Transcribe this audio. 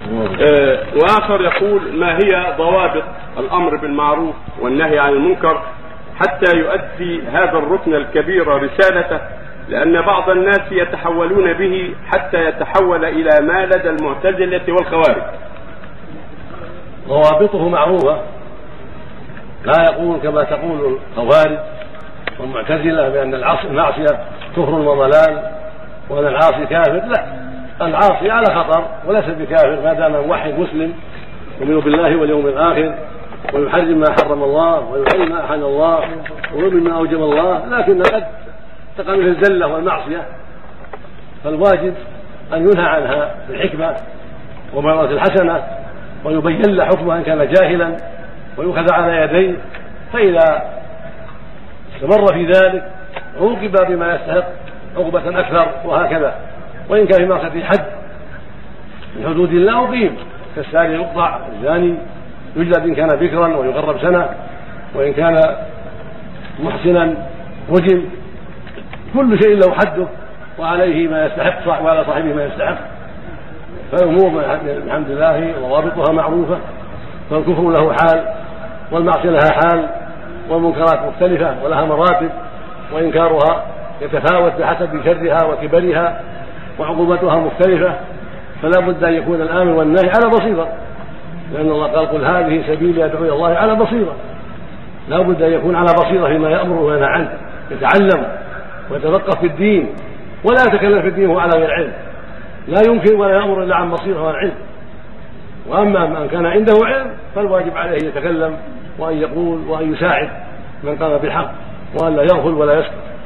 وآخر يقول: ما هي ضوابط الأمر بالمعروف والنهي عن المنكر حتى يؤدي هذا الركن الكبير رسالته؟ لأن بعض الناس يتحولون به حتى يتحول إلى ما لدى المعتزلة والخوارج. ضوابطه معروفة، لا يقول كما تقول الخوارج والمعتزلة بأن المعصية كفر وضلال وأن العاصي كافر. لا، العاصي على خطر وليس بكافر ما دام موحد مسلم يؤمن بالله واليوم الآخر ويحرم ما حرم الله ويحل ما أحل الله ويؤمن ما أوجب الله، لكن قد تقع منه الزلة والمعصية، فالواجب أن ينهى عنها بالحكمة وموعظة الحسنة ويبين له حكمها إن كان جاهلا ويؤخذ على يديه، فإذا استمر في ذلك عوقب بما يستحق عقوبة أكثر، وهكذا. وإن كان في معصية حد من حدود الله أقيم، كالسارق يقطع، الزاني يجلد إن كان بكرا ويغرب سنة، وإن كان محسنا رجم. كل شيء له حده وعليه ما يستحق وعلى صاحبه ما يستحق. فالأمور الحمد لله وضابطها معروفة، فالكفر له حال والمعصية لها حال والمنكرات مختلفة ولها مراتب، وإنكارها يتفاوت بحسب شرها وكبرها وعقوبتها مختلفة، فلا بد أن يكون الآمر والنهي على بصيرة، لأن الله قال: قل هذه سبيلي أدعو إلى الله على بصيرة. لا بد أن يكون على بصيرة فيما يأمر وينهى عنه، يتعلم ويتثقف في الدين ولا يتكلم في الدين وهو على غير علم. لا يمكن ولا يأمر إلا عن بصيرة وعن علم. وأما من كان عنده علم فالواجب عليه أن يتكلم وأن يقول وأن يساعد من قام بالحق وأن لا يغفل ولا يسكت.